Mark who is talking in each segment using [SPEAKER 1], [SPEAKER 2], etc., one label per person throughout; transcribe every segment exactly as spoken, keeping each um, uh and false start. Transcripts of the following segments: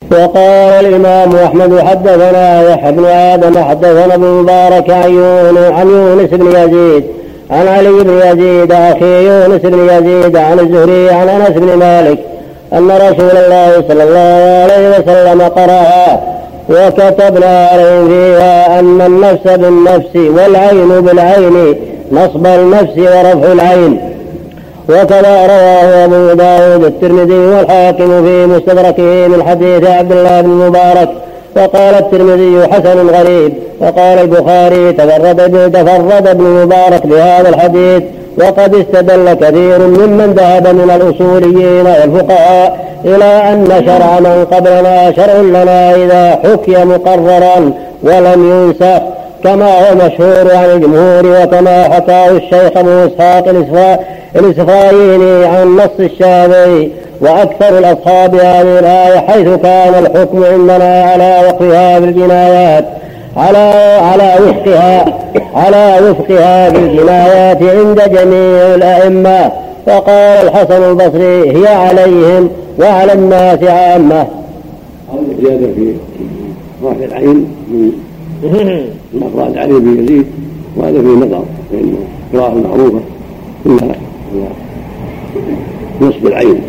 [SPEAKER 1] وقال الإمام أحمد حدثنا يحيى بن آدم حدثنا ابن مبارك عن يونس بن يزيد عن علي بن يزيد أخي يونس بن يزيد عن الزهري عن أنس بن مالك أن رسول الله صلى الله عليه وسلم قرأها وكتبنا عليهم فيها أن النفس بالنفس والعين بالعين نصب النفس ورفع العين. وكذا رواه أبو داود الترمذي والحاكم في مستدركه من حديث عبد الله بن مبارك. وقال الترمذي حسن غريب. وقال البخاري تفرد تفرد ابن مبارك بهذا الحديث. وقد استدل كثير ممن ذهب من الأصوليين والفقهاء إلى أن شرع من قبلنا شرع لنا إذا حكي مقررا ولم ينسخ كما هو مشهور عن الجمهور، وكما حكاه الشيخ أبو إسحاق الإسفرايني عن نص الشافعي وأكثر الأصحاب هذه الآية، حيث كان الحكم عندنا على وفقها بالجنايات على على وفقها على وفقها بالجنايات عند جميع الأئمة. فقال الحسن البصري هي عليهم وعلى الناس عامة.
[SPEAKER 2] زيادة في رفع العين من أفراد علي بن يزيد، وهذا فيه نظر، فإن قراءة معروفة إلا نصب العين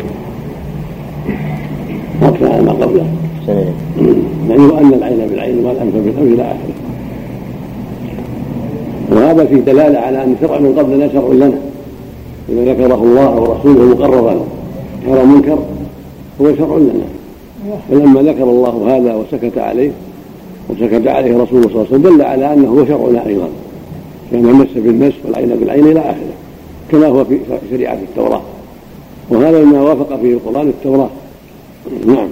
[SPEAKER 2] وقفا على ما قبله، يعني وأن العين بالعين والأنف بالأنف إلى آخره. وهذا فيه دلالة على أن شرع من قبلنا شرع لنا، إذا ذكره الله ورسوله مقررا غير منكر هو شرع لنا. فلما ذكر الله هذا وسكت عليه وسكت عليه رسوله صلى الله عليه وسلم دل على أنه هو شرعنا أيضا، كان المس بالمس والعين بالعين إلى آخره، كما هو في شريعة التوراة، وهذا مما وافق فيه القرآن التوراة. نعم.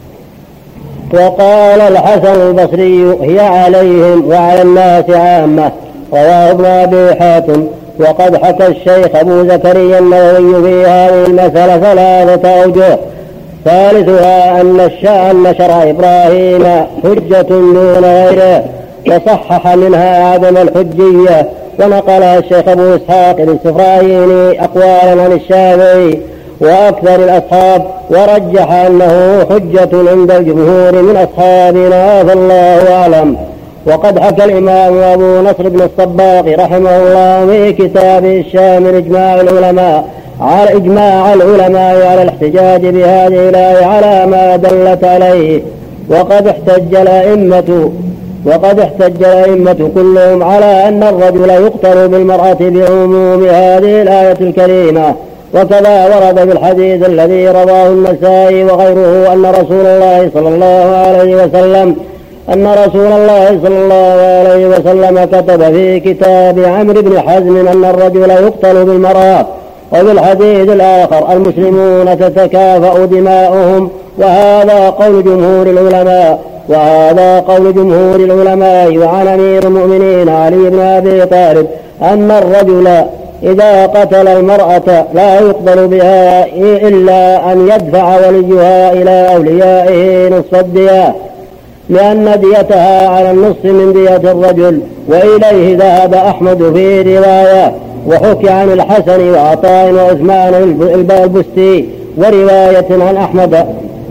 [SPEAKER 1] وقال الحسن البصري هي عليهم وعلى الناس عامة. رواه ابن أبي حاتم. وقد حكى الشيخ أبو زكريا النووي في هذه المسألة ثلاثة أوجه. ثالثها أن شرع إبراهيم حجة دون غيره، وصحح منها عدم الحجية. ونقلها الشيخ أبو إسحاق الإسفرايني أقوالا عن الشافعي وأكثر الأصحاب، ورجح أنه حجة عند الجمهور من أصحابنا، فالله أعلم. وقد حكى الإمام أبو نصر بن الصباغ رحمه الله في كتابه الشامل إجماع العلماء على إجماع العلماء على الاحتجاج بهذه الآية على ما دلت عليه. وقد احتج الأئمة وقد احتج الأئمة كلهم على أن الرجل يقتل بالمرأة بعموم هذه الآية الكريمة. وكذا ورد بالحديث الذي رواه النسائي وغيره أن رسول الله صلى الله عليه وسلم أن رسول الله صلى الله عليه وسلم كتب في كتاب عمرو بن حزم أن الرجل يقتل بالمرأة. وبالحديث الآخر المسلمون تتكافأ دماؤهم، وهذا قول جمهور العلماء وهذا قول جمهور العلماء وعن أمير المؤمنين علي بن أبي طالب أن الرجل إذا قتل المرأة لا يقبل بها إلا أن يدفع وليها إلى أوليائه نصف الدية، لأن ديتها على النصف من دية الرجل. وإليه ذهب أحمد في رواية. وحكي عن الحسن وعطاء وعثمان البستي ورواية عن أحمد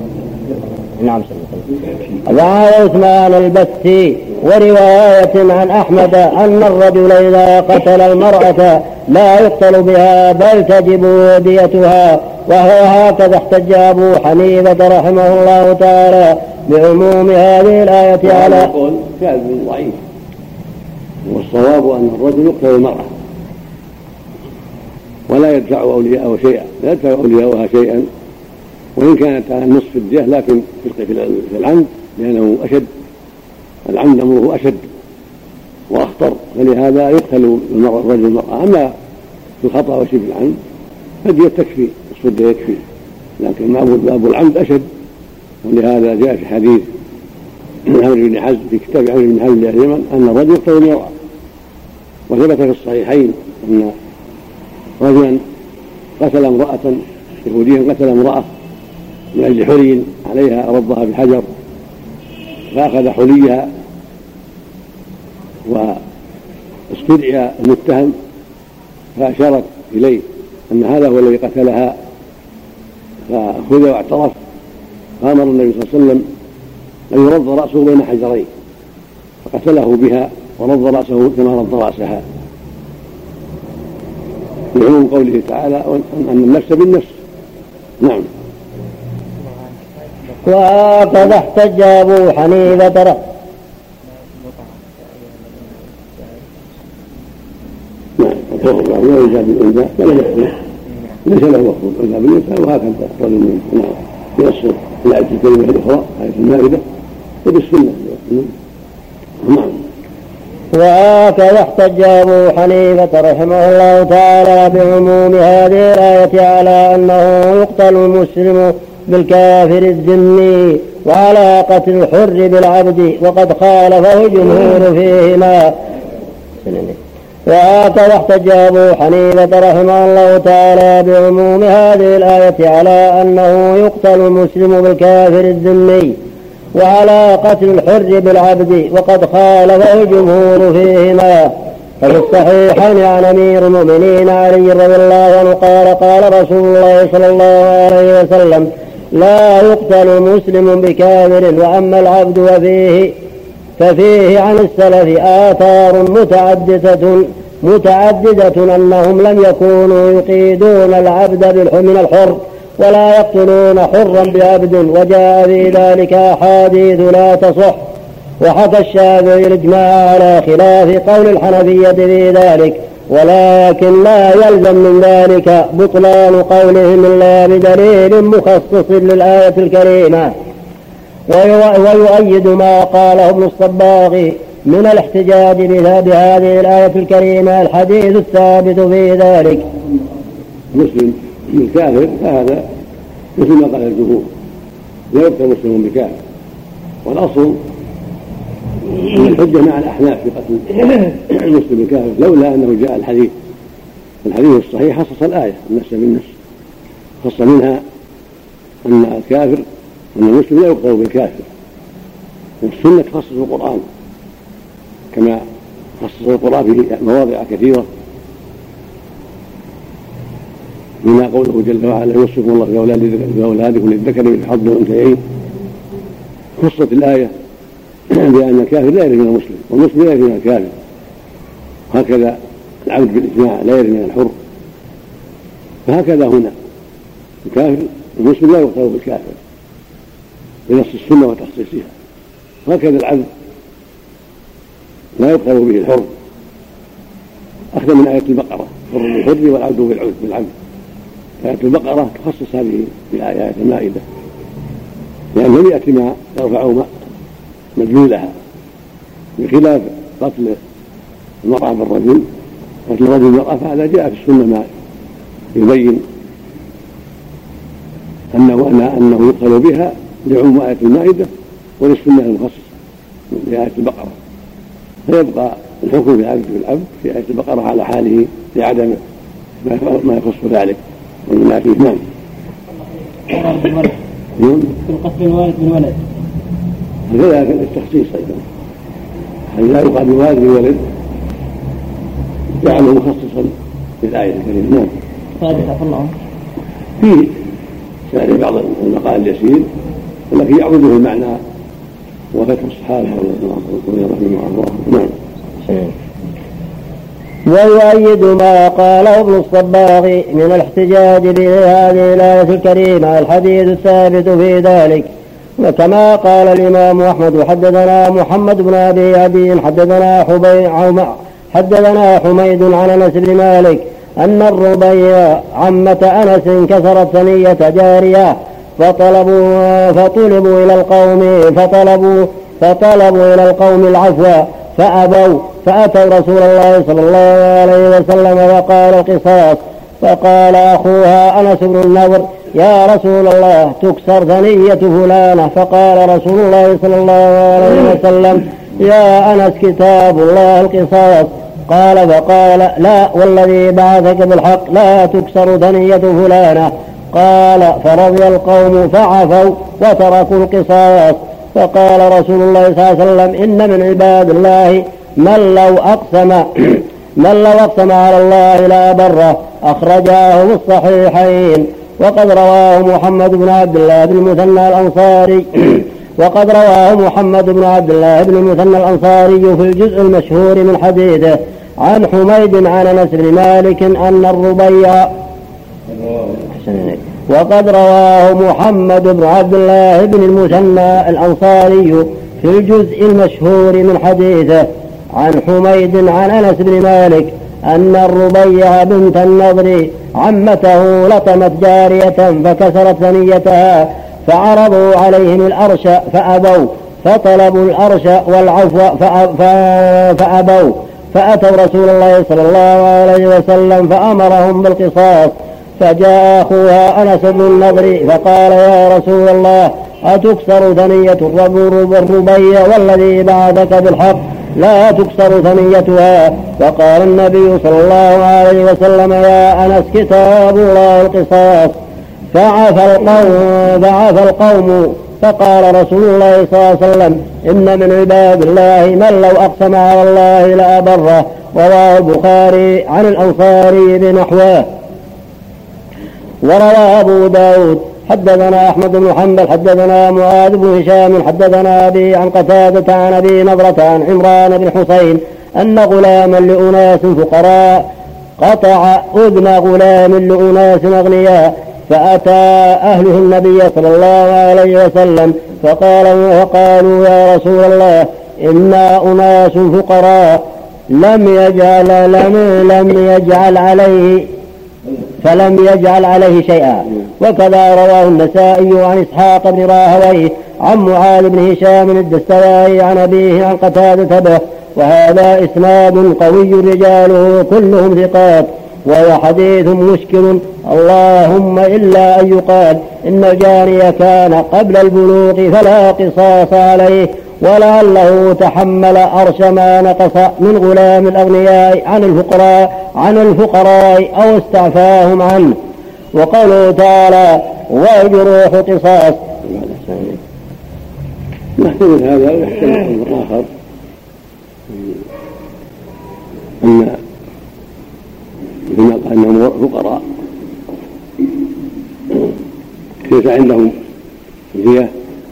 [SPEAKER 1] نعم وعن عثمان البستي ورواية عن أحمد أن الرجل إذا قتل المرأة لا يقتل بها بل تجب ديتها. وهو هكذا احتج أبو حنيفة رحمه الله تعالى بعموم هذه الآية على
[SPEAKER 2] قول كاذب ضعيف، والصواب أن الرجل يقتل المرأة ولا يدفع أولياءه شيئا لا يدفع أولياءها شيئا، وإن كانت على النصف الدية لكن في العمد لأنه أشد، العمد أمره أشد وأخطر، فلهذا يقتل الرجل المرأة. أما في الخطأ وشبه العمد فالدية تكفي، نصف الدية يكفي، لكن باب العمد أشد. ولهذا جاء في حديث عمرو بن حزم في كتاب عمرو بن حزم اليمن أن الرجل يقتل المرأة. وثبت في الصحيحين أن رجلا قتل امرأة، يهوديا قتل امرأة من أجل حلي عليها ربها بحجر، فأخذ حليها واستدعي المتهم فأشارت إليه أن هذا هو الذي قتلها، فأخذ واعترف. فأمر النبي صلى الله عليه وسلم أن يرد رأسه بين حجرين فقتله بها ورد رأسه كما رد رأسها، لعموم قوله تعالى أن النفس بالنفس. نعم.
[SPEAKER 1] وهكذا احتج أبو حنيفة
[SPEAKER 2] وإذا بالأنثى فلا يكفر، ليس له وقف إذا بالأنثى، وهكذا أفضل من نعم يصل الآية الكريمة الأخرى آية المائدة وبالسنة. نعم.
[SPEAKER 1] وهكذا احتج أبو حنيفة رحمه الله تعالى بعموم هذه الآية على أنه يقتل المسلم بالكافر الذمي وعلى قتل الحر بالعبد، وقد خالفه الجمهور فيهما. وهكذا احتج أبو حنيفة رحمه الله تعالى بعموم هذه الآية على أنه يقتل المسلم بالكافر الذمي وعلى قتل الحر بالعبد، وقد خالفه الجمهور فيهما. ففي الصحيحين عن أمير المؤمنين علي رضي الله عنه قال قال رسول الله صلى الله عليه وسلم: لا يقتل مسلم بكافر. وأما العبد وفيه ففيه عن السلف آثار متعددة متعددة أنهم لم يكونوا يقيدون العبد من الحر ولا يقتلون حرا بعبد، وجاء في ذلك أحاديث لا تصح. وحكى الشافعي الإجماع على خلاف قول الحنفية في ذلك، ولكن لا يلزم من ذلك بطلان قولهم إلا بدليل مخصص للآية الكريمة. ويؤيد ما قاله ابن الصباغ من الاحتجاج بهذه الآية الكريمة الحديث الثابت في ذلك.
[SPEAKER 2] مسلم بالكافر فهذا مثل ما قال الجمهور، لا يقتل مسلم بالكافر، والأصل الحجة مع الأحناف في قتل المسلم بالكافر، لولا أنه جاء الحديث الحديث الصحيح خصص الآية النفس بالنفس، خص منها أن الكافر أن المسلم لا يقتل بالكافر، والسنة تخصص القرآن كما خصص القرآن في مواضع كثيرة، منها قوله جل وعلا: يوصيكم الله في أولادكم للذكر مثل حظ الأنثيين. خصت الآية بأن الكافر لا يرث من المسلم والمسلم لا يرث من الكافر، هكذا العبد بالإجماع لا يرث من الحر، فهكذا هنا الكافر المسلم لا يقتل بالكافر بنص السنة وتخصيصها، وهكذا العبد لا يقتل به الحر، أخذ من آية البقرة: حر بالحر والعبد بالعبد. آية البقرة تخصص هذه بآيات المائدة، لأن لم يأتي ما يرفع مدلولها، بخلاف قتل المرأة بالرجل، قتل الرجل بالمرأة فهذا جاء في السنة ما يبين أنه, أنه يقتل بها لعموم آية المائدة وللسنة المخصصة لآية البقرة، فيبقى الحكم بالعبد بالعبد في آية البقرة على حاله لعدم ما يخص ذلك ومن آية الإمام.
[SPEAKER 3] في القتل الوالد بالولد
[SPEAKER 2] هذا التخصيص أيضا، هل لا يقال بالوالد بالولد جعله مخصصا للآية الكريمة. نعم.
[SPEAKER 3] ثالثة الله
[SPEAKER 2] فيه سأل بعض المقال اليسير ولكن يعرضه المعنى وفتح الصحابة رحمه الله. نعم.
[SPEAKER 1] ويؤيد ما قاله ابن الصباغ من الاحتجاج بهذه الآية الكريمة الحديث الثابت في ذلك. وكما قال الإمام أحمد: حدثنا محمد بن أبي عدي حدثنا حدثنا حميد عن أنس بن مالك أن الربيع عمة أنس كسرت ثنية جارية فطلبوا فطلبوا إلى القوم فطلبوا فطلبوا إلى القوم العفو فأبوا، فأتوا رسول الله صلى الله عليه وسلم وقال القصاص، فقال أخوها أنس بن النضر: يا رسول الله تكسر ثنية فلانة. فقال رسول الله صلى الله عليه وسلم: يا أنس كتاب الله القصاص. قال فقال: لا والذي بعثك بالحق لا تكسر ثنية فلانة. قال فرضي القوم فعفوا وتركوا القصاص. فقال رسول الله صلى الله عليه وسلم: إن من عباد الله من لو أقسم من لو أقسم على الله لا بره. أخرجاه في الصحيحين. وقد رواه محمد بن عبد الله بن المثنى الأنصاري وقد رواه محمد بن عبد الله بن المثنى الأنصاري في الجزء المشهور من حديثه عن حميد عن أنس بن مالك أن الربيع وقد رواه محمد بن عبد الله بن المثنى الأنصاري في الجزء المشهور من حديثه عن حميد عن أنس بن مالك أن الربيع بنت النضر عمته لطمت جارية فكسرت ثنيتها فعرضوا عليهم الأرش فأبوا فطلبوا الأرش والعفو فأبوا فأتوا رسول الله صلى الله عليه وسلم فأمرهم بالقصاص فجاء أخوها أنس بن النضر فقال يا رسول الله أتكسر ثنية الربيع والذي بعدك بالحق لا تكسر ثنيتها. فقال النبي صلى الله عليه وسلم يا أنس كتاب الله القصاص. فعفى القوم, فعفى القوم فقال رسول الله صلى الله عليه وسلم إن من عباد الله من لو أقسم على الله لأبره. رواه البخاري عن الأنصاري بنحوه. وروى أبو داود حدثنا أحمد بن حنبل حدثنا معاذ بن هشام حدثنا أبي عن قتادة عن أبي نضرة عن عمران بن حسين أن غلاما لأناس فقراء قطع أذن غلام لأناس أغنياء فأتى أهله النبي صلى الله عليه وسلم فقالوا, فقالوا يا رسول الله إنا أناس فقراء لم يجعل, لم, لم يجعل عليه فلم يجعل عليه شيئا. وكذا رواه النسائي عن إسحاق بن راهويه عن معاذ بن هشام الدستوائي عن أبيه عن قتادة به. وهذا إسناد قوي رجاله كلهم ثقات وهو حديث مشكل اللهم إلا أن يقال إن جارية كان قبل البلوغ فلا قصاص عليه ولعله تحمل أرش ما نقص من غلام الأغنياء عن الفقراء عن الفقراء أو استعفاهم عنه. وقوله تعالى والجروح قصاص.
[SPEAKER 2] نحتمل هذا ويحتمل أمر آخر أن كما قال أنهم فقراء ليس عندهم زيادة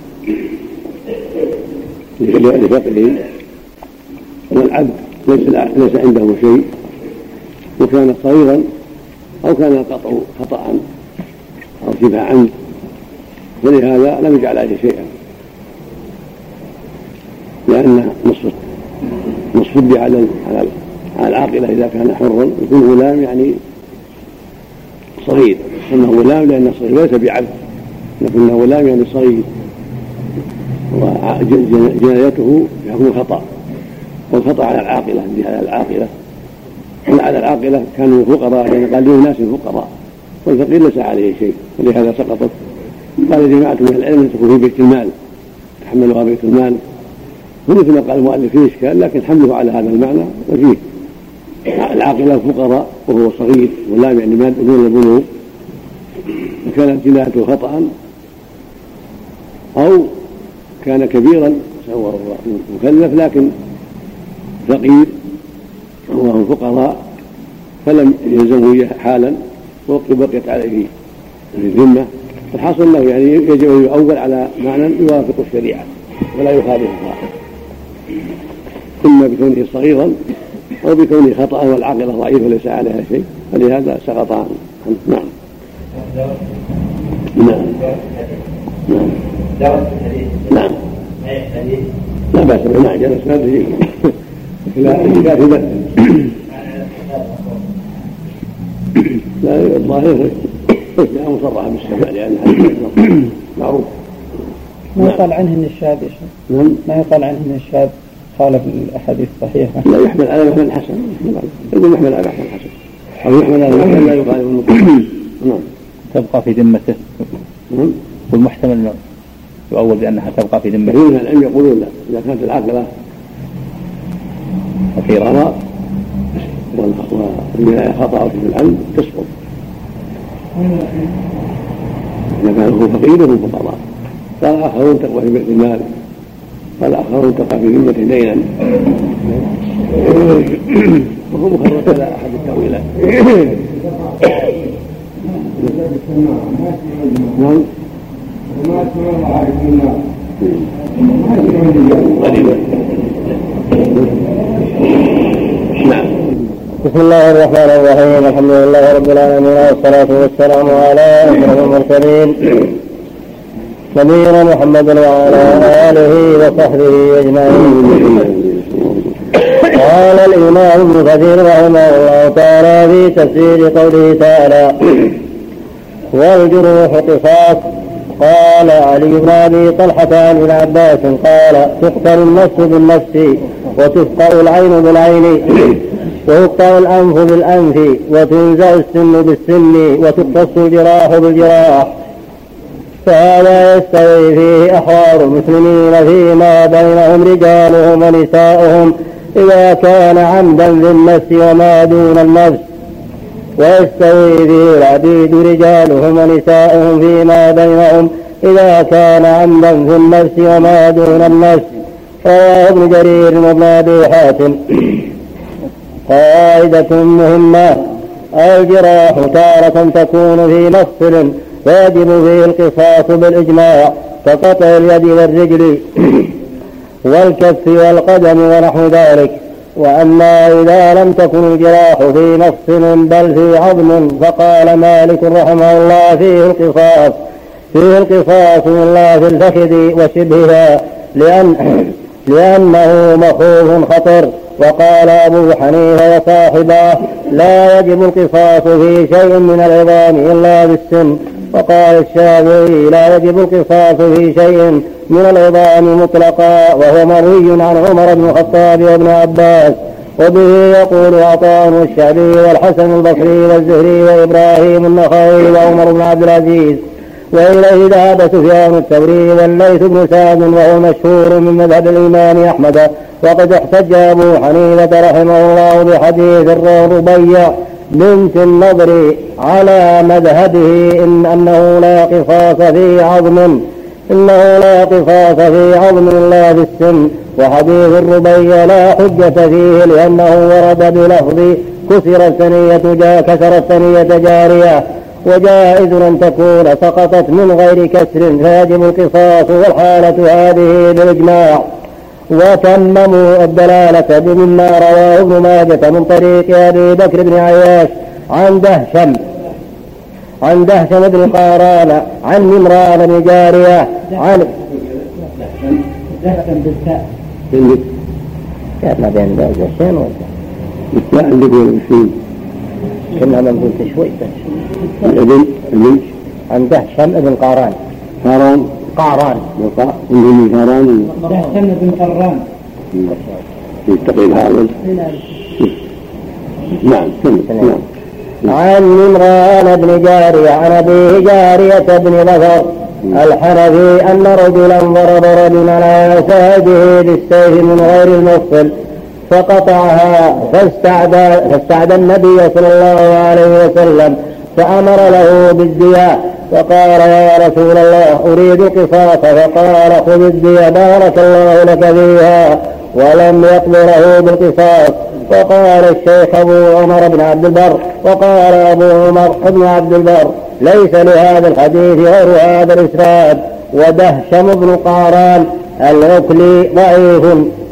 [SPEAKER 2] لفقره والعبد ليس, ليس عنده شيء وكان صغيرا أو كان القطع خطأ أو شبه عمد ولهذا لم يجعل عليه شيئا لأن نصف نصف الدية على على العاقلة إذا كان حرا يكون غلام يعني صغير إنه غلام لأنه صغير ليس بعبد لكنه غلام يعني صغير وجنايته يكون خطأ والخطأ على العاقلة على العاقلة على العاقلة كانوا فقراء يعني قال لهم ناس فقراء والفقير ليس عليه شيء ولهذا سقطت. قال جماعة من العلم تكون في بيت المال تحملها بيت المال ومثل ما قال المؤلف فيه إشكال لكن حمله على هذا المعنى وفيه العاقلة فقراء وهو صغير غلام يعني ما دون البلوغ وكانت جنايته خطأ أو كان كبيرا سواء مكلف لكن فقير وهم فقراء فلم يلزمه حالا وبقيت عليه الذمة. الحاصل له يعني يجب أن يؤول على معنى يوافق الشريعة ولا يخالفها إما بكونه صغيرا أو بكونه خطأ والعاقلة ضعيفة ليس عليها شيء فلهذا سقط عنه. نعم نعم نعم نعم لا بأس به نعم جلس ما به لا كافي لا الظاهر لا مصرح بالسمع لأن هذا معروف.
[SPEAKER 3] ما يقال عنه ان الشاذ يا شيخ؟ ما يقال عنه ان الشاذ خالف الاحاديث الصحيحه؟
[SPEAKER 2] لا يحمل على معنى الحسن يقول يحمل على معنى الحسن او يحمل على معنى لا يخالف المطلق. نعم
[SPEAKER 4] تبقى في ذمته والمحتمل يؤول بانها تبقى في ذمته.
[SPEAKER 2] كثير من العلم يقولون لا اذا كانت العاقله فقيرا والجناية خطأ في العلم تسقط إذا كان هو فقير وهم فقراء. قال آخرون تقوى في بيت المال قال آخرون تقوى في ذمة دينا وهو مخرج على أحد التأويلات.
[SPEAKER 5] نعم وما سمع الله عارفين
[SPEAKER 2] نعم.
[SPEAKER 1] بسم الله الرحمن الرحيم. الحمد لله رب العالمين والصلاة والسلام على أشرف المرسلين نبينا محمد وعلى آله وصحبه أجمعين. قال الإمام ابن كثير رحمه الله تعالى في تفسير قوله تعالى والجروح قصاص. قال علي بن أبي طلحة عن ابن عباس قال تقتل النفس بالنفس وتفقأ العين بالعين ويقطع الأنف بالأنف وتنزع السن بالسن وتقتص الجراح بالجراح. فهذا يستوي فيه أحوال المسلمين فيما بينهم رجالهم ونساؤهم إذا كان عمدا بالنفس وما دون النفس، ويستوي فيه العبيد رجالهم ونساؤهم فيما بينهم إذا كان عمدا في النفس وما دون النفس. رواه ابن جرير وابن أبي حاتم. قاعدة مهمة: الجراح تارة تكون في مفصل ويجب فيه القصاص بالإجماع كقطع اليد والرجل والكف والقدم ونحو ذلك. وأما إذا لم تكن الجراح في مفصل بل في عظم فقال مالك رحمه الله فيه القصاص فيه القصاص إلا في الفخذ وشبهها لأن لأنه مخوف خطر. وقال أبو حنيفة وصاحبه لا يجب القصاص في شيء من العظام إلا بالسن. وقال الشافعي لا يجب القصاص في شيء من العظام مطلقا، وهو مروي عن عمر بن الخطاب وابن عباس. وبه يقول عطاء والشعبي والحسن البصري والزهري وإبراهيم النخعي وعمر بن عبد العزيز. وإليه ذهب سفيان الثوري والليث بن سعد وهو مشهور من مذهب الإمام أحمد. وقد احتج أبو حنيفة رحمه الله بحديث الربيع بنت النضر على مذهبه إن أنه لا قصاص في عظم إنه لا قصاص في عظم إلا في السن. وحديث الربيع لا حجة فيه لأنه ورد بلفظ كسر الثنية كسر الثنية جارية، وجائز أن تكون سقطت من غير كسر فيجب القصاص، والحالة هذه بالإجماع. وتمموا الدلالة بمما رواه ابن ماجة من طريق أبي بكر بن عياش عن دهشم عن دهشم بن قاران عن ممران بن جارية عن
[SPEAKER 3] دهشم بالتاء
[SPEAKER 1] ما بين دهشين
[SPEAKER 2] بالتاء عندك ولا بالسين؟
[SPEAKER 1] كنا من قلت شوي
[SPEAKER 2] الابن الابن
[SPEAKER 1] عن دهشم بن قاران
[SPEAKER 2] قاران
[SPEAKER 1] قاران
[SPEAKER 2] وقع من قاران
[SPEAKER 3] دهشم بن قران
[SPEAKER 2] يتقي الحاضر. نعم نعم.
[SPEAKER 1] عن ممران بن جارية عن أبيه جارية بن بكر الحنفي أن رجلا ضرب رجلا على ساده بالسيف من غير المفصل فقطعها فاستعدى, فاستعدى النبي صلى الله عليه وسلم فأمر له بالدياء فقال يا رسول الله أريد القصاص، فقال خذ الدية بارك الله لك فيها، ولم يقبله بالقصاص. وقال الشيخ أبو عمر بن عبد البر وقال أبو عمر بن عبد البر ليس لهذا الحديث غير هذا الإسناد. ودهشم بن قاران العكلي ضعيف.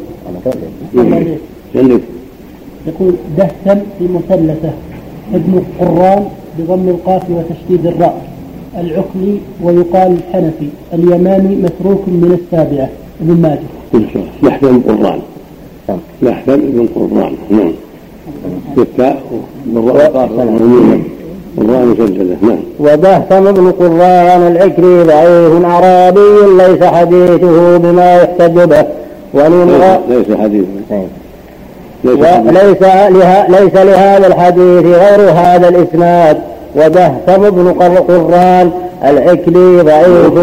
[SPEAKER 3] يقول دهشم في مثلثة ابن قران بضم القاف وتشديد الراء العكلي ويقال الحنفي اليماني متروك من السابعة ابن ماجه.
[SPEAKER 2] دهشم قران دهشم ابن قران نعم بالتاء بالراء قران مسجلة نعم.
[SPEAKER 1] ودهشم بن قران العكلي ضعيف أعرابي ليس حديثه بما يحتج به
[SPEAKER 2] ليس حديثه
[SPEAKER 1] وليس لها ليس لهذا الحديث غير هذا الإسناد. ودهشم بن قران العكلي ضعيف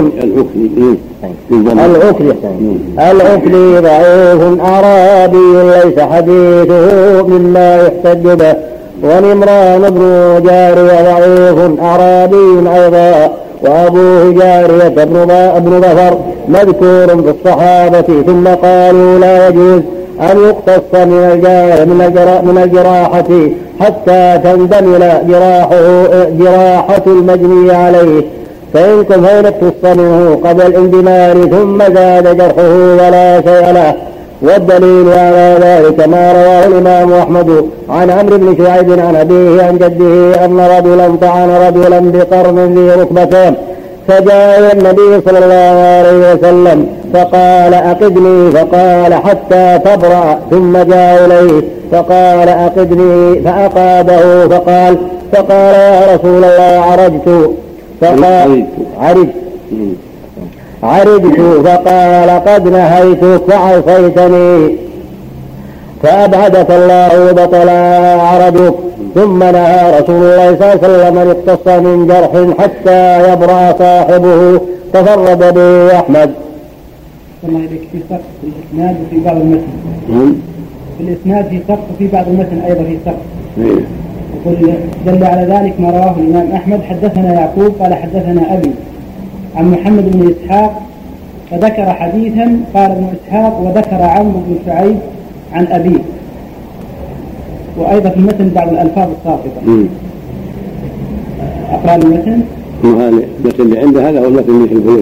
[SPEAKER 1] العكلي العكلي ضعيف أعرابي ليس حديثه مما يحتج به. ونمران بن جارية ضعيف أعرابي أيضا، وأبوه جارية بن ظفر مذكور في الصحابة. ثم قالوا لا يجوز أن يقتص من الجراحة حتى تندمل جراحه جراحة المجني عليه فإنكم هين اقتص منه قبل الاندمار ثم زاد جرحه ولا شيء له. والدليل على ذلك ما رواه الإمام أحمد عن عمرو بن شعيب عن أبيه عن جده أن رجلا طعن رجلا بقرن ذي ركبتين فجاء إلى النبي صلى الله عليه وسلم فقال أقدني فقال حتى تبرأ ثم جاء إليه فقال أقدني فأقاده فقال فقال يا رسول الله عرجت فقال عرجت عرجت فقال قد نهيتك فعصيتني فأبعدك الله وبطل عرجك. ثم نهى رسول الله صلى الله عليه وسلم أن يقتص من جرح حتى يبرأ صاحبه. تفرد به أحمد.
[SPEAKER 3] الله يديك في سقط في الإسناد وفي بعض المتن. في الإسناد في سقط وفي بعض المتن أيضا في سقط. يقول دل على ذلك ما رواه الإمام أحمد حدثنا يعقوب قال حدثنا أبي عن محمد بن إسحاق فذكر حديثا قال ابن إسحاق وذكر عمرو بن شعيب عن أبيه. وأيضا في المتن بعض الألفاظ الساقطة. أقرأ المتن.
[SPEAKER 2] هذا المتن اللي عنده هذا هو المتن اللي في البلوغ.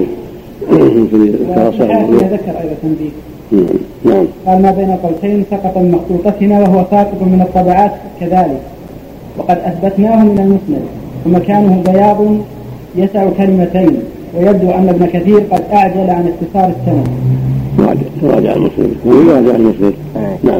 [SPEAKER 3] ذكر أيضا تنبيه.
[SPEAKER 2] نعم.
[SPEAKER 3] قال ما بين قوسين سقط من مخطوطتنا وهو ساقط من الطبعات كذلك وقد أثبتناه من المسند ومكانه بياض يسع كلمتين ويبدو أن ابن كثير قد أعجل عن اختصار السند.
[SPEAKER 2] راجع المسند راجع المسند. نعم.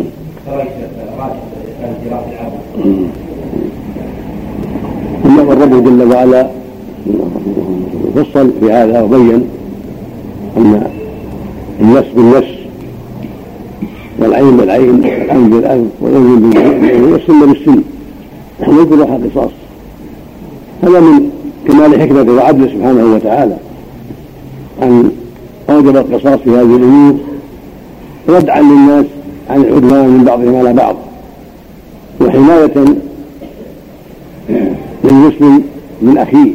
[SPEAKER 2] ثم الرب جل وعلا فصل في هذا وبين أن النفس بالنفس والعين بالعين والعين بالعين والأذن بالأذن والسن بالسن ويجب لها قصاص. هذا من كمال حكمته وعدله سبحانه وتعالى أن أوجب القصاص في هذه الأمور ردعا للناس عن العدوان من بعضهم على بعض وحماية للمسلم من أخيه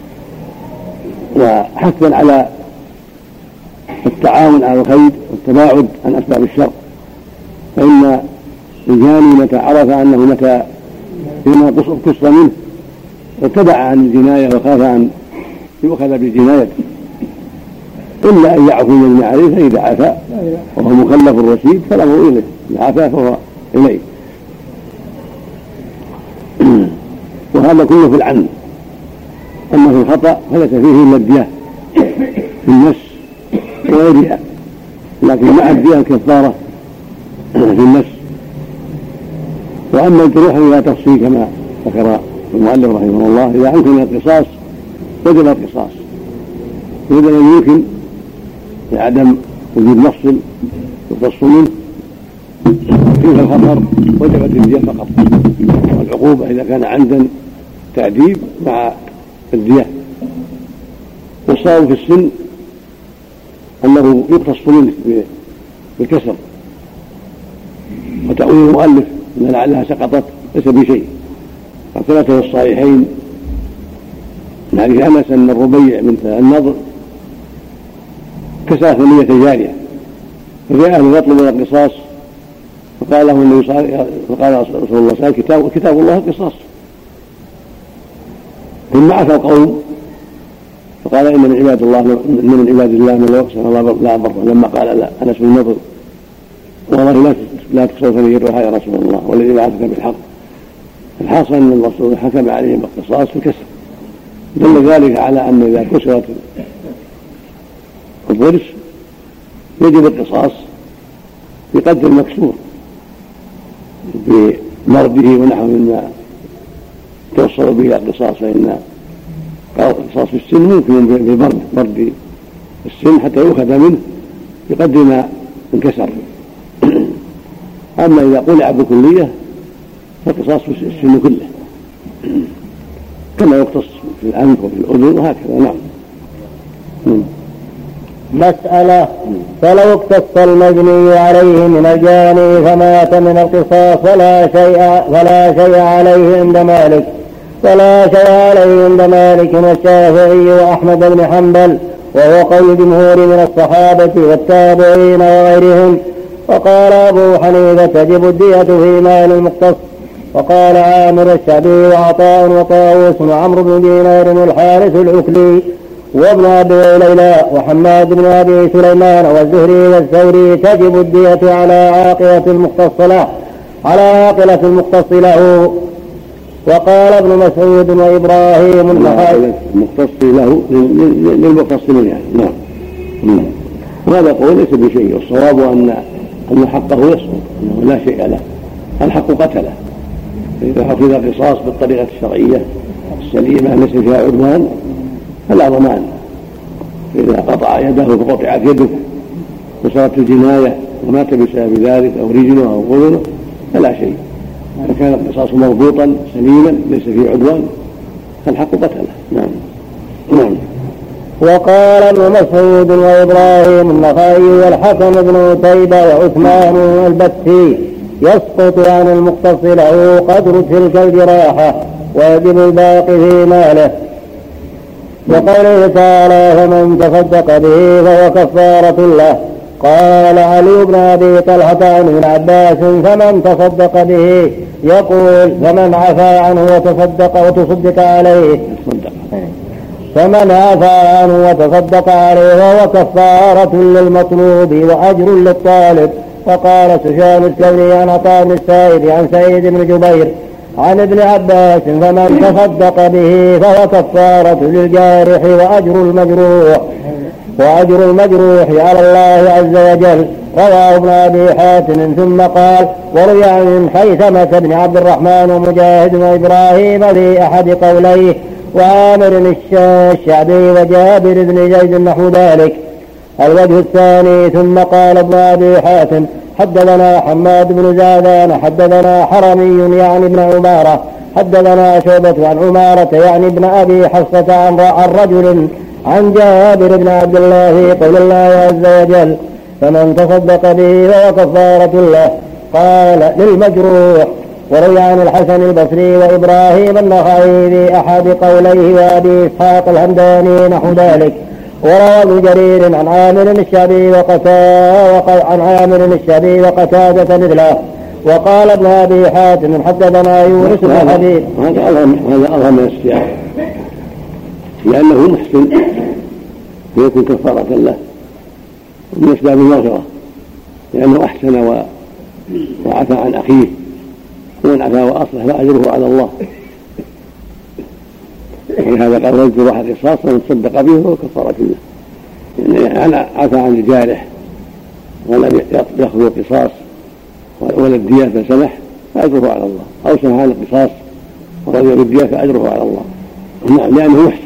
[SPEAKER 2] وحثا على التعاون على الخير والتباعد عن أسباب الشر. فإن الجاني متى عرف أنه متى فيما قص منه ارتدع عن الجناية وخاف أن يؤخذ بجنايته إلا أن يعفو من عليه فإذا عفا وهو مكلف رشيد فالأمر إليه إذا عفا فهو إليه. وهذا كله في العمد. أما في الخطأ فليس فيه إلا الدية في النفس وغيرها لكن مع الدية الكفارة في النفس. وأما الجروح لا تفصيل كما ذكر المؤلف رحمه الله إذا أمكن القصاص وجب القصاص وإذا لم يمكن لعدم وجود مفصل يقتص منه فيه الخطر وجبت الدية فقط. والعقوبة إذا كان عمدا تعذيب مع الدية. والصواب في السن أنه يقتص منه بالكسر. وتأويل المؤلف أن لعلها سقطت ليس بشيء. فثبت في الصحيحين من حديث أنس أن الربيع بنت النضر كسرت ثنية جارية فجاءه يطلب القصاص فقال له النبي صلى الله فقال رسول الله صلى الله عليه وسلم كتاب, كتاب الله القصاص. ثم عفى القوم فقال إن من عباد الله إن من عباد الله من لا يقسم الله لا بر. لما قال لا أنس بن النضر والله لا لا تكسر ثنيتها يا رسول الله والذي بعثك بالحق. الحاصل أن الرسول حكم عليهم بالقصاص في الكسر. دل ذلك على أن إذا كسرت الضرس يجب القصاص بقدر المكسور بمرضه ونحو مما توصل به القصاص. فإن القصاص في السن ممكن بمرض مرض السن حتى يؤخذ منه بقدر ما انكسر. أما إذا قلع بكلية فالقصاص في السن كله كما يقتص في الأنف وفي الأذن وهكذا. نعم.
[SPEAKER 1] مسألة فلو اقتص المجني عليه من الجاني فمات من القصاص فلا شيء فلا شيء عليه عند مالك فلا شيء عليه عند مالك والشافعي وأحمد بن حنبل وهو قول الجمهور من الصحابة والتابعين وغيرهم. وقال أبو حنيفة تجب الدية في مال المقتص. وقال عامر الشعبي وعطاء وطاووس وعمرو بن دينار والحارث العكلي وابن أبي ليلى وحماد بن أبي سليمان والزهري والثوري تجب الدية على عاقلة المختص له على عاقلة المختص له. وقال ابن مسعود وإبراهيم النخعي
[SPEAKER 2] المختص له للمختص منه يعني. نعم. وهذا قول ليس بشيء، والصواب أن أن حقه يسقط، أنه لا شيء له، الحق قتله، فإذا حفظ القصاص بالطريقة الشرعية السليمة ليس فيها عدوان فلا ضمان. فإذا قطع يده فقطعت يده وصارت الجناية ومات بسبب ذلك أو رجله أو غلله فلا شيء. فكان القصاص مربوطا سليما ليس فيه عدوان فالحق قتله. نعم. نعم.
[SPEAKER 1] وقال ابن مسعود وإبراهيم النخعي والحكم بن عتيبة وعثمان البتي يسقط عن المختص له قدر تلك الجراحة ويجب الباقي في ماله. وقوله تعالى فمن تصدق به فهو كفارة له. قال علي بن أبي طلحة عن ابن عباس فمن تصدق به يقول فمن عفا عنه وتصدق وتصدق عليه فمن عفا عنه وتصدق عليه وهو كفارة للمطلوب وأجر للطالب. وقال سفيان الثوري عن عطاء بن السائب عن سعيد بن جبير عن ابن عباس فمن تصدق به فهو كفارة للجارح وأجر المجروح وأجر المجروح على الله عز وجل. رواه ابن أبي حاتم. ثم قال وروي عن خيثمة بن عبد الرحمن ومجاهد وإبراهيم في أحد قوليه وعامر الشعبي وجابر بن زيد نحو ذلك. الوجه الثاني ثم قال ابن أبي حاتم حدثنا حماد بن زادان حدثنا حرمي يعني ابن عمارة حدثنا شعبة عن عمارة يعني ابن أبي حفصة عن رجل عن جابر بن عبد الله في قول الله عز وجل فمن تصدق به فهو كفارة له. قال للمجروح. وروي عن الحسن البصري وإبراهيم النخعي في أحد قوليه وأبي إسحاق الهمداني نحو ذلك. وروى ابن جرير عن عامر الشعبي وقتادة عن عامر الشعبي وقتادة مثله. وقال ابن أبي حاتم حدثنا يونس بن حبيب.
[SPEAKER 2] هذا أظهر من السياق لأنه محسن فيكون كفارة له من أسباب المغفرة لأنه أحسن وعفى عن أخيه ومن عفا وأصلح فأجره على الله. ولهذا قال رجل واحد قصاص ومن تصدق به فهو كفارة له يعني عفى عن الجارح ولم يأخذ القصاص ولا الدية فسمح فأجره على الله أو سمح عن القصاص ورضي بالدية فأجره على الله. نعم لأنه محسن.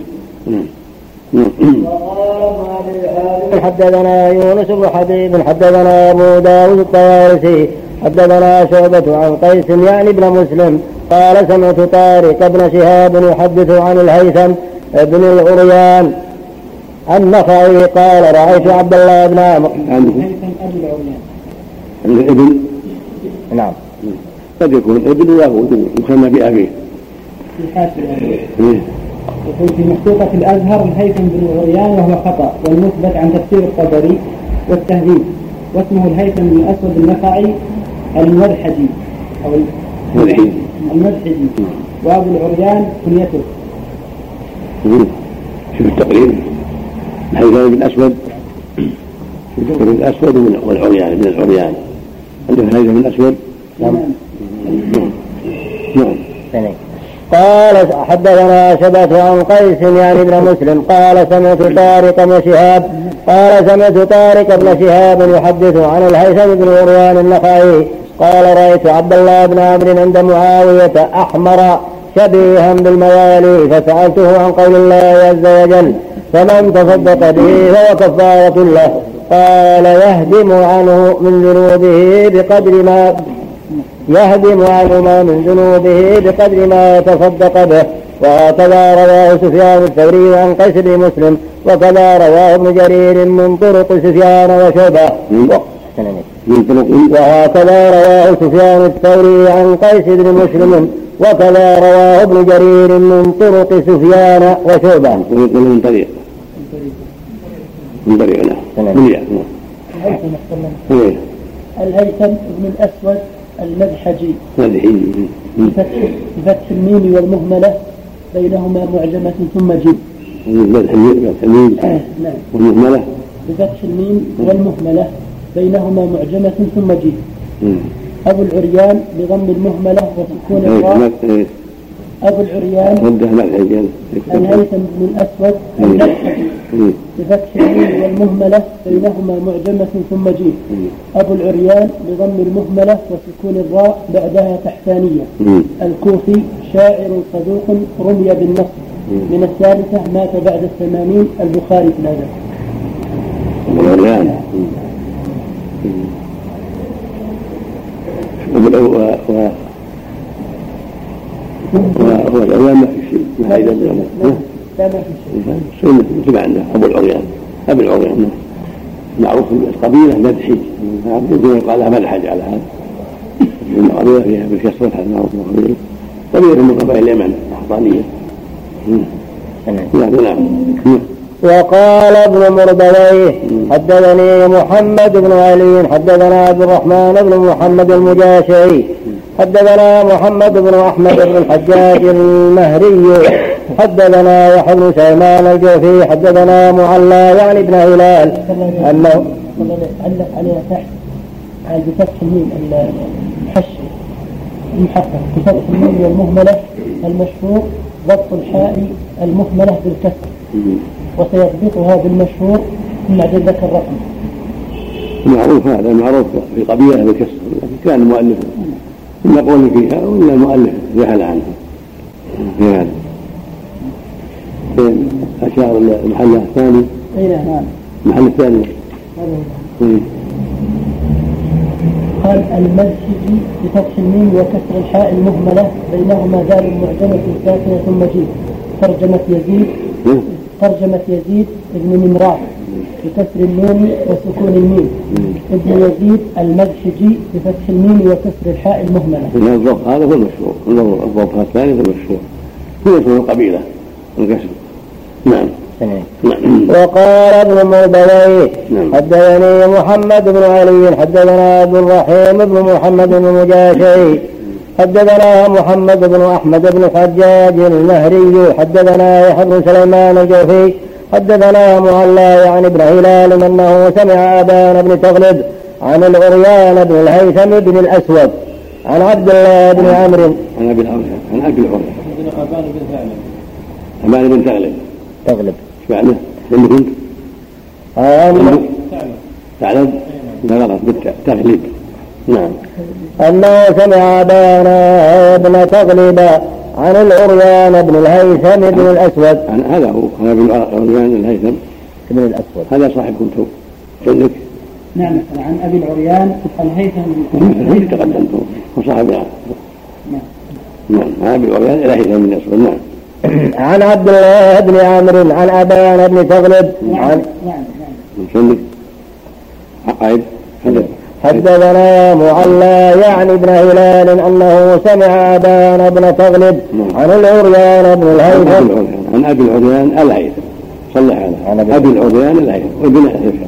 [SPEAKER 1] حدثنا يونس بن حبيب حدثنا أبو داود الطيالسي حدثنا شعبة عن قيس يعني ابن مسلم قال سمعت طارق بن شهاب يحدث عن الهيثم بن العريان النخعي قال رأيت عبد الله بن عمرو
[SPEAKER 2] الابن.
[SPEAKER 1] نعم
[SPEAKER 2] قد يكون ابن وهو يسمى بأبيه.
[SPEAKER 3] يقول في محقوقة الأزهر الهيثم بن عريان وهو خطأ والمثبت عن تفسير الطبري والتهذيب واسمه الهيثم بن أسود النخعي المدحجي أو المدحجي وأبو العريان كنيته.
[SPEAKER 2] شوف التقريب الهيثم بن أسود الهيثم بن أسود والعريان من العريان عنده الهيثم بن أسود.
[SPEAKER 1] نعم نعم. قال حدثنا شبة عن قيس يعني ابن مسلم قال سمعت طارق بن شهاب قال سمعت طارق بن شهاب يحدث عن الهيثم بن عريان النخعي قال رأيت عبد الله بن عمرو عند معاوية أحمر شبيها بالموالي فسألته عن قول الله عز وجل فمن تصدق به فهو كفارة له. قال يهدم عنه من ذنوبه بقدر ما يهدم عنه ما من ذنوبه بقدر ما يتصدق به. وهكذا رواه سفيان الثوري عن قيس بن مسلم وكذا رواه ابن جرير من طرق سفيان وشعبة. وهكذا رواه سفيان الثوري عن قيس بن مسلم وكذا رواه ابن جرير من طرق سفيان وشعبة.
[SPEAKER 2] من طريق من طريق
[SPEAKER 3] الهيثم بن الأسود المدحجي بفتح الميم والمهملة بينهما معجمة ثم جيم
[SPEAKER 2] بفتح الميم والمهملة
[SPEAKER 3] بفتح الميم والمهملة بينهما معجمة ثم جيم. أبو العريان بضم المهملة وسكون الراء. أبو العريان الهيثم بن الأسود المشهدي بفتح الميم والمهملة بينهما معجمة ثم جيم. أبو العريان بضم المهملة وسكون الراء بعدها تحتانية الكوفي شاعر صدوق رمي بالنصر من الثالثة مات بعد الثمانين البخاري في الأدب.
[SPEAKER 2] وهو العريان ما في شيء ما عيد العريان
[SPEAKER 3] لا ما في شيء
[SPEAKER 2] سنة تبع عنده أبو العريان أبو العريان معروف القبيلة مدحج يمكن يقال لها مدحج على هذا القبيلة فيها بالكسرة حتى معروف القبيلة قبيلة من قبائل اليمن الأحضانية. نعم نعم.
[SPEAKER 1] وقال ابن مردويه حدثني محمد بن علي حدثنا عبد الرحمن بن محمد المجاشعي حدثنا محمد بن أحمد بن الحجاج المهري حدثنا يحيى بن سليمان الجوفي حدثنا معلى يعني ابن هلال أنه
[SPEAKER 3] علق عليها تحت على بفتح الميم الحشر المحقق بفتح الميم والمهملة المشهور ضبط الحاء المهملة بالكسر وسيضبطها بالمشهور ثم بعد ذكر الرقم.
[SPEAKER 2] معروف هذا معروف في قبيلة بالكسر لكن كان المؤلف إلا قول فيها وإلا المؤلف رحل عنها في هذا. أشار المحل الثاني المحل الثاني
[SPEAKER 3] قال المسجد بفتح الميم وكسر الحاء المهملة بينهما ذال معجمة ساكنة ثم جيم. ترجمة يزيد ترجمة يزيد ابن ممراح بكسر الميم وسكون الميم ابن يزيد المدحجي بفتح الميم وكسر الحاء المهملة.
[SPEAKER 2] الضبط هذا هو المشهور الضبط الثاني هو المشهور هو اسم القبيلة الكسر. نعم.
[SPEAKER 1] وقال ابن مردويه حدثني محمد بن علي حدثنا عبد الرحيم بن محمد بن المجاشعي حدثنا محمد بن أحمد بن الحجاج المهري حدثنا يحيى بن سليمان الجوفي حدثنا معلى يعني ابن هلال أنه سمع أبان بن تغلب عن العريان بن الهيثم بن الأسود عن عبد الله بن عمرو
[SPEAKER 2] عن أبي العريان عن أبي العريان أبان بن تغلب
[SPEAKER 1] تغلب
[SPEAKER 2] معنى اللي كنت
[SPEAKER 1] ثعلب
[SPEAKER 2] ثعلب لا غلط بالتغلب. نعم.
[SPEAKER 1] أنه سمع أبان بن تغلب عن العريان بن الهيثم بن الأسود
[SPEAKER 2] عن هذا هو هذا بن العريان الهيثم
[SPEAKER 1] بن الأسود
[SPEAKER 2] هذا صاحب كنت عندك.
[SPEAKER 3] نعم عن أبي العريان الهيثم
[SPEAKER 2] بن تقدمته وصاحب نعم نعم عن أبي العريان الهيثم بن الأسود. نعم.
[SPEAKER 1] عن عبد الله بن عمرو عن أبان بن تغلب عن
[SPEAKER 2] عندك عقائد
[SPEAKER 1] حدثنا معلى يعني ابن هلال أنه سمع أبان بن تغلب عن العريان بن الهيثم
[SPEAKER 2] عن أبي العريان الهيثم صلح على أبي العريان الهيثم وابن الهيثم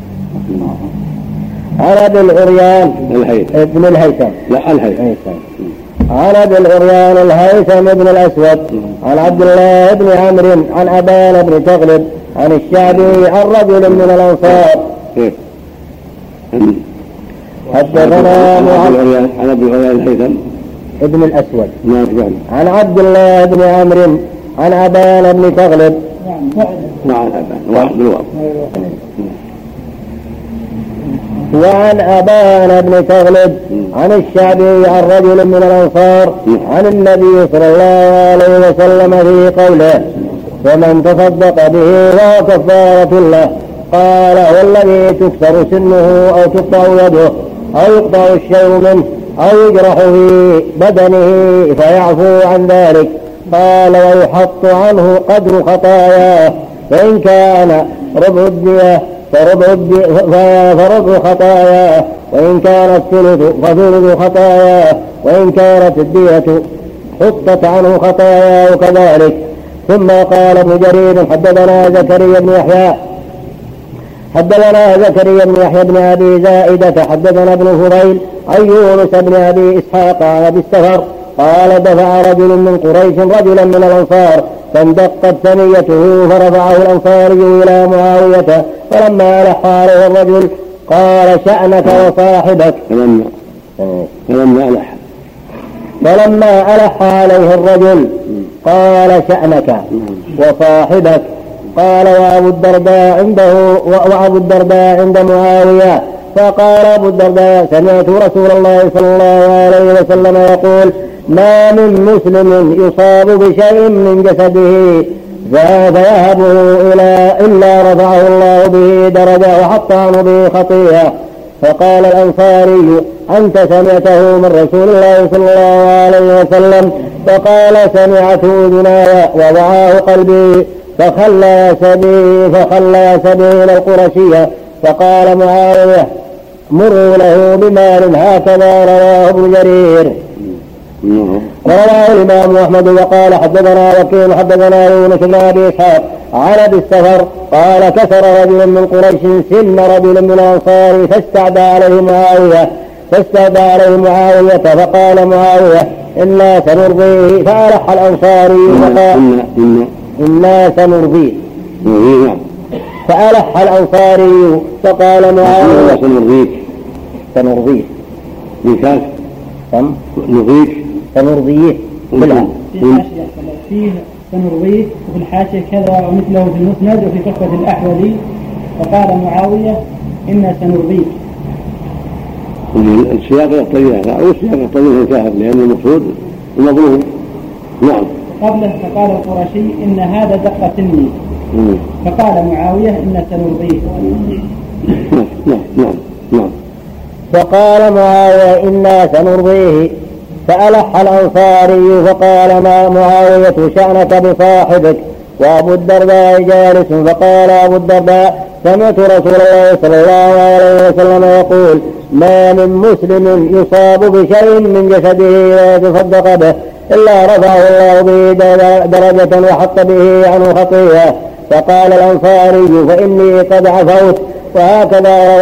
[SPEAKER 1] عن أبي العريان
[SPEAKER 2] الهيثم
[SPEAKER 1] ابن الهيثم
[SPEAKER 2] لا الهيثم
[SPEAKER 1] عن أبي العريان الهيثم بن الأسود عن عبد الله بن عمرو عن أبان بن تغلب عن الشعبي عن رجل من الأنصار حدثنا
[SPEAKER 2] عن أبي العريان الهيثم
[SPEAKER 1] ابن الأسود
[SPEAKER 2] نعم.
[SPEAKER 1] عن عبد الله بن عمرو عن أبان بن تغلب
[SPEAKER 2] وعن أبان
[SPEAKER 1] وعن أبان بن تغلب عن الشعبي عن رجل من الأنصار عن النبي صلى الله عليه وسلم في قوله ومن تصدق به فهو كفارة له قال والذي تكسر سنه أو تقطع يده أو يقطع الشيء منه أو يجرح في بدنه فيعفو عن ذلك قال ويحط عنه قدر خطاياه فإن كان ربع الدية فربع, فربع خطاياه وإن كانت ثلث فثلث خطاياه وإن كانت الدية حطت عنه خطاياه كذلك. ثم قال ابن جرير حدثنا زكريا بن يحيى حدثنا زكريا بن يحيى بن أبي زائدة حدثنا ابن فضيل عن يونس بن أبي إسحاق عن أبي السفر قال دفع رجل من قريش رجلا من الأنصار فاندقت ثنيته فرفعه الأنصاري إلى معاوية فلما ألح عليه الرجل قال شأنك وصاحبك.
[SPEAKER 2] فلما فلما ألح
[SPEAKER 1] فلما ألح عليه الرجل قال شأنك وصاحبك. قال وأبو الدرداء عنده وأبو الدرداء عند معاوية فقال أبو الدرداء سمعت رسول الله صلى الله عليه وسلم يقول ما من مسلم يصاب بشيء من جسده فيهبه إلى إلا رفعه الله به درجة وحط عنه به خطيئة. فقال الأنصاري أنت سمعته من رسول الله صلى الله عليه وسلم؟ فقال سمعته أذناي ووعاه قلبي فخلى سبيل فخلى سبيل القرشية. فقال معاوية مروا له بمال هكذا رواه ابن جرير. ورواه الإمام أحمد وقال حدثنا وكيل حدثنا يونس بن أبي إسحاق عن أبي السفر قال كسر رجل من قريش سن رجل من الأنصار فاستعدى عليه معاوية فاستعدى عليه معاوية فقال معاوية إنا سنرضيه فألح الأنصاري فقال إنا سنرضيه فألح الأنصاري فقال معاوية
[SPEAKER 2] سنرضيك
[SPEAKER 1] سنرضيه
[SPEAKER 2] بكاس نرضيك
[SPEAKER 1] سنرضيه كلها
[SPEAKER 3] فيه سنرضيه وفي الحاشية كذا ومثله في المسند وفي كفة الأحوذي فقال معاوية إنا سنرضيك.
[SPEAKER 2] السياق يقتضي هذا أو السياق يقتضي الكافر لأن المقصود المظلوم. نعم.
[SPEAKER 3] قبله فقال القرشي إن هذا دق سني فقال معاوية إنا سنرضيه.
[SPEAKER 2] نعم نعم نعم.
[SPEAKER 1] فقال معاوية إنا سنرضيه فألح الأنصاري فقال ما معاوية شأنك بصاحبك. وأبو الدرداء جالس فقال أبو الدرداء سمعت رسول الله صلى الله عليه وسلم يقول ما من مسلم يصاب بشيء من جسده ويتصدق به إلا رفعه الله به درجة وحط به عنه خطيئة. فقال الأنصاري فإني قد عفوت. وهكذا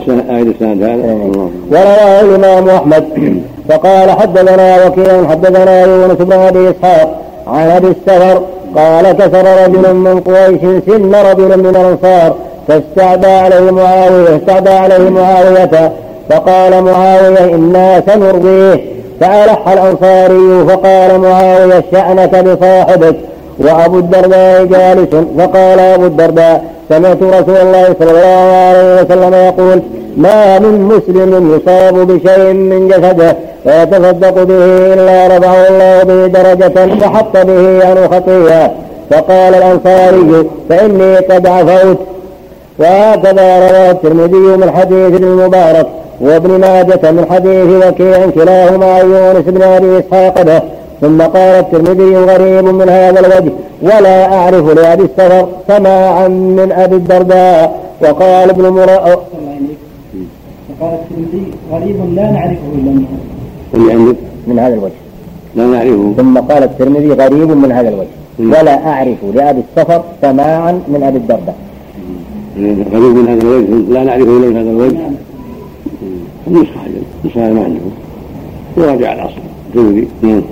[SPEAKER 1] رواه الإمام أحمد فقال حدثنا وكيل حدثنا يونس بن أبي إسحاق عن أبي السفر قال كسر رجل من قريش سن رجل من الأنصار فاستعدى عليه معاوية استعدى عليه معاوية فقال معاوية إنا سنرضيه فألح الأنصاري فقال معاوية شأنك بصاحبك. وأبو الدرداء جالس فقال أبو الدرداء سمعت رسول الله صلى الله عليه وسلم يقول ما من مسلم يصاب بشيء من جسده ويتصدق به إلا رفعه الله به درجة وحط به عنه خطيئة. فقال الأنصاري فإني قد عفوت. وهكذا رواه الترمذي من حديث ابن المبارك وابن ماجة من حديث وكيع كلاهما عن يونس بن أبي إسحاق به. ثم قال الترمذي غريب من هذا الوجه ولا أعرف لأبي السفر سماعا من أبي الدرداء. وقال ابن مرأة
[SPEAKER 3] قال الترمذي غريب لا نعرفه إلا
[SPEAKER 1] من هذا الوجه
[SPEAKER 2] لا نعرفه.
[SPEAKER 1] ثم قال الترمذي غريب من هذا الوجه ولا أعرف لأبي السفر سماعا من أبي الدرداء.
[SPEAKER 2] غريب من هذا الوجه لا نعرفه إلا من هذا الوجه. النسخة النسخة ما عنده وراجع الأصل الترمذي.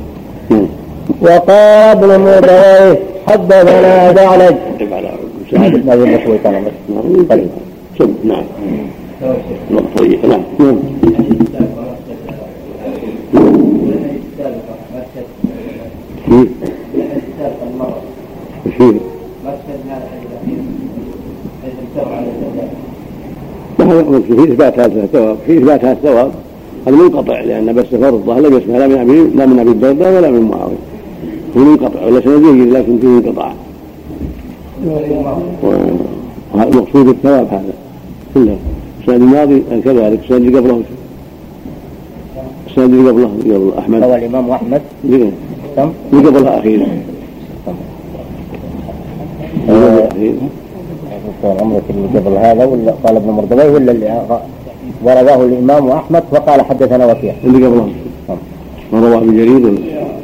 [SPEAKER 1] وقال ابن مردويه حدثنا ثعلج ما زلنا شوي كلام
[SPEAKER 2] طيب نعم طيب نعم كثير في إثبات هذا الثواب في إثبات هذا الثواب هذا منقطع لأن أبا السفر الظاهر لم يسمع لا من أبي الدرداء ولا من معاوية هو منقطع ولا سنده لكن فيه انقطاع. ومقصود الثواب هذا كله. السند الماضي كذلك السند اللي قبله السند اللي قبله قبل أحمد
[SPEAKER 1] هو الإمام أحمد
[SPEAKER 2] اللي قبله أخيرا
[SPEAKER 1] عمرك اللي قبل هذا ولا قال ابن مردويه ولا اللي ورواه الإمام أحمد وقال حدثنا وكيع
[SPEAKER 2] اللي قبله ورواه ابن جرير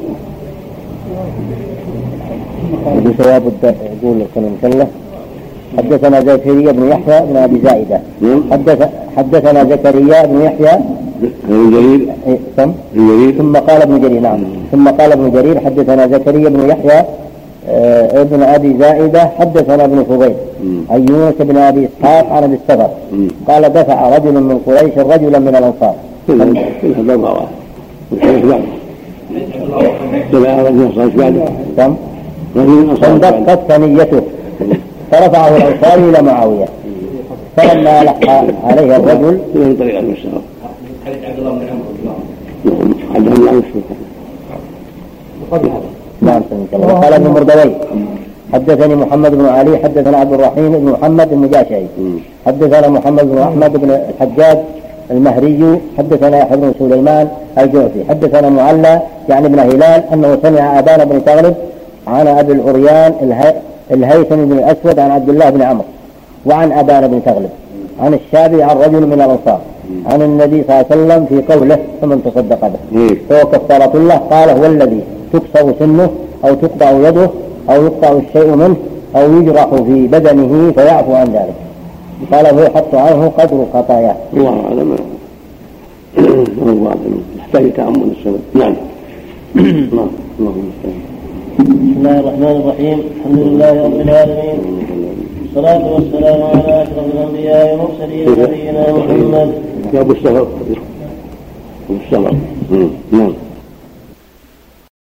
[SPEAKER 1] ابن ثواب يقول الكلام كله حدثنا زكريا بن يحيى بن أبي زائدة حدث حدثنا زكريا بن يحيى
[SPEAKER 2] بن جرير
[SPEAKER 1] ثم ثم قال ابن جرير نعم ثم قال ابن جرير حدثنا زكريا بن يحيى آه ابن أبي زائدة حدثنا ابن فضيل عن يونس بن أبي إسحاق عن أبي السفر قال دفع رجل من قريش رجلا من الأنصار.
[SPEAKER 2] كلها ضربة واحدة والحديث بعد دفع رجل من الأنصار بعده
[SPEAKER 1] كم؟ فانبقت ثنيته فرفعه الأنصاري إلى معاوية فلما لحق عليه الرجل
[SPEAKER 2] من طريق المسار عبد الله بن
[SPEAKER 1] نعم. قال ابن مردوي حدثني محمد بن علي حدثنا عبد الرحيم بن محمد المجاشعي حدثنا محمد بن أحمد بن الحجاج المهري حدثنا يحيى بن سليمان الجعفي حدثنا معلى يعني ابن هلال أنه سمع أبان بن تغلب عن أبي العريان الهيثم بن الأسود عن عبد الله بن عمرو وعن أبان بن تغلب عن الشافعي عن رجل من الأنصار عن النبي صلى الله عليه وسلم في قوله فمن تصدق به فهو كفارة الله. قال هو الذي تكسر سنه أو تقطع يده أو يقطع الشيء منه أو يجرح في بدنه فيعفو عن ذلك. قال هو يحط عنه قدر خطاياه.
[SPEAKER 2] الله أعلم. الله أعلم. يحتاج تأمل السبب. نعم. الله المستعان.
[SPEAKER 1] بسم الله الرحمن الرحيم. الحمد لله رب العالمين والصلاة والسلام على أشرف الأنبياء والمرسلين نبينا محمد.
[SPEAKER 2] يا أبو السفر. أبو السفر. نعم.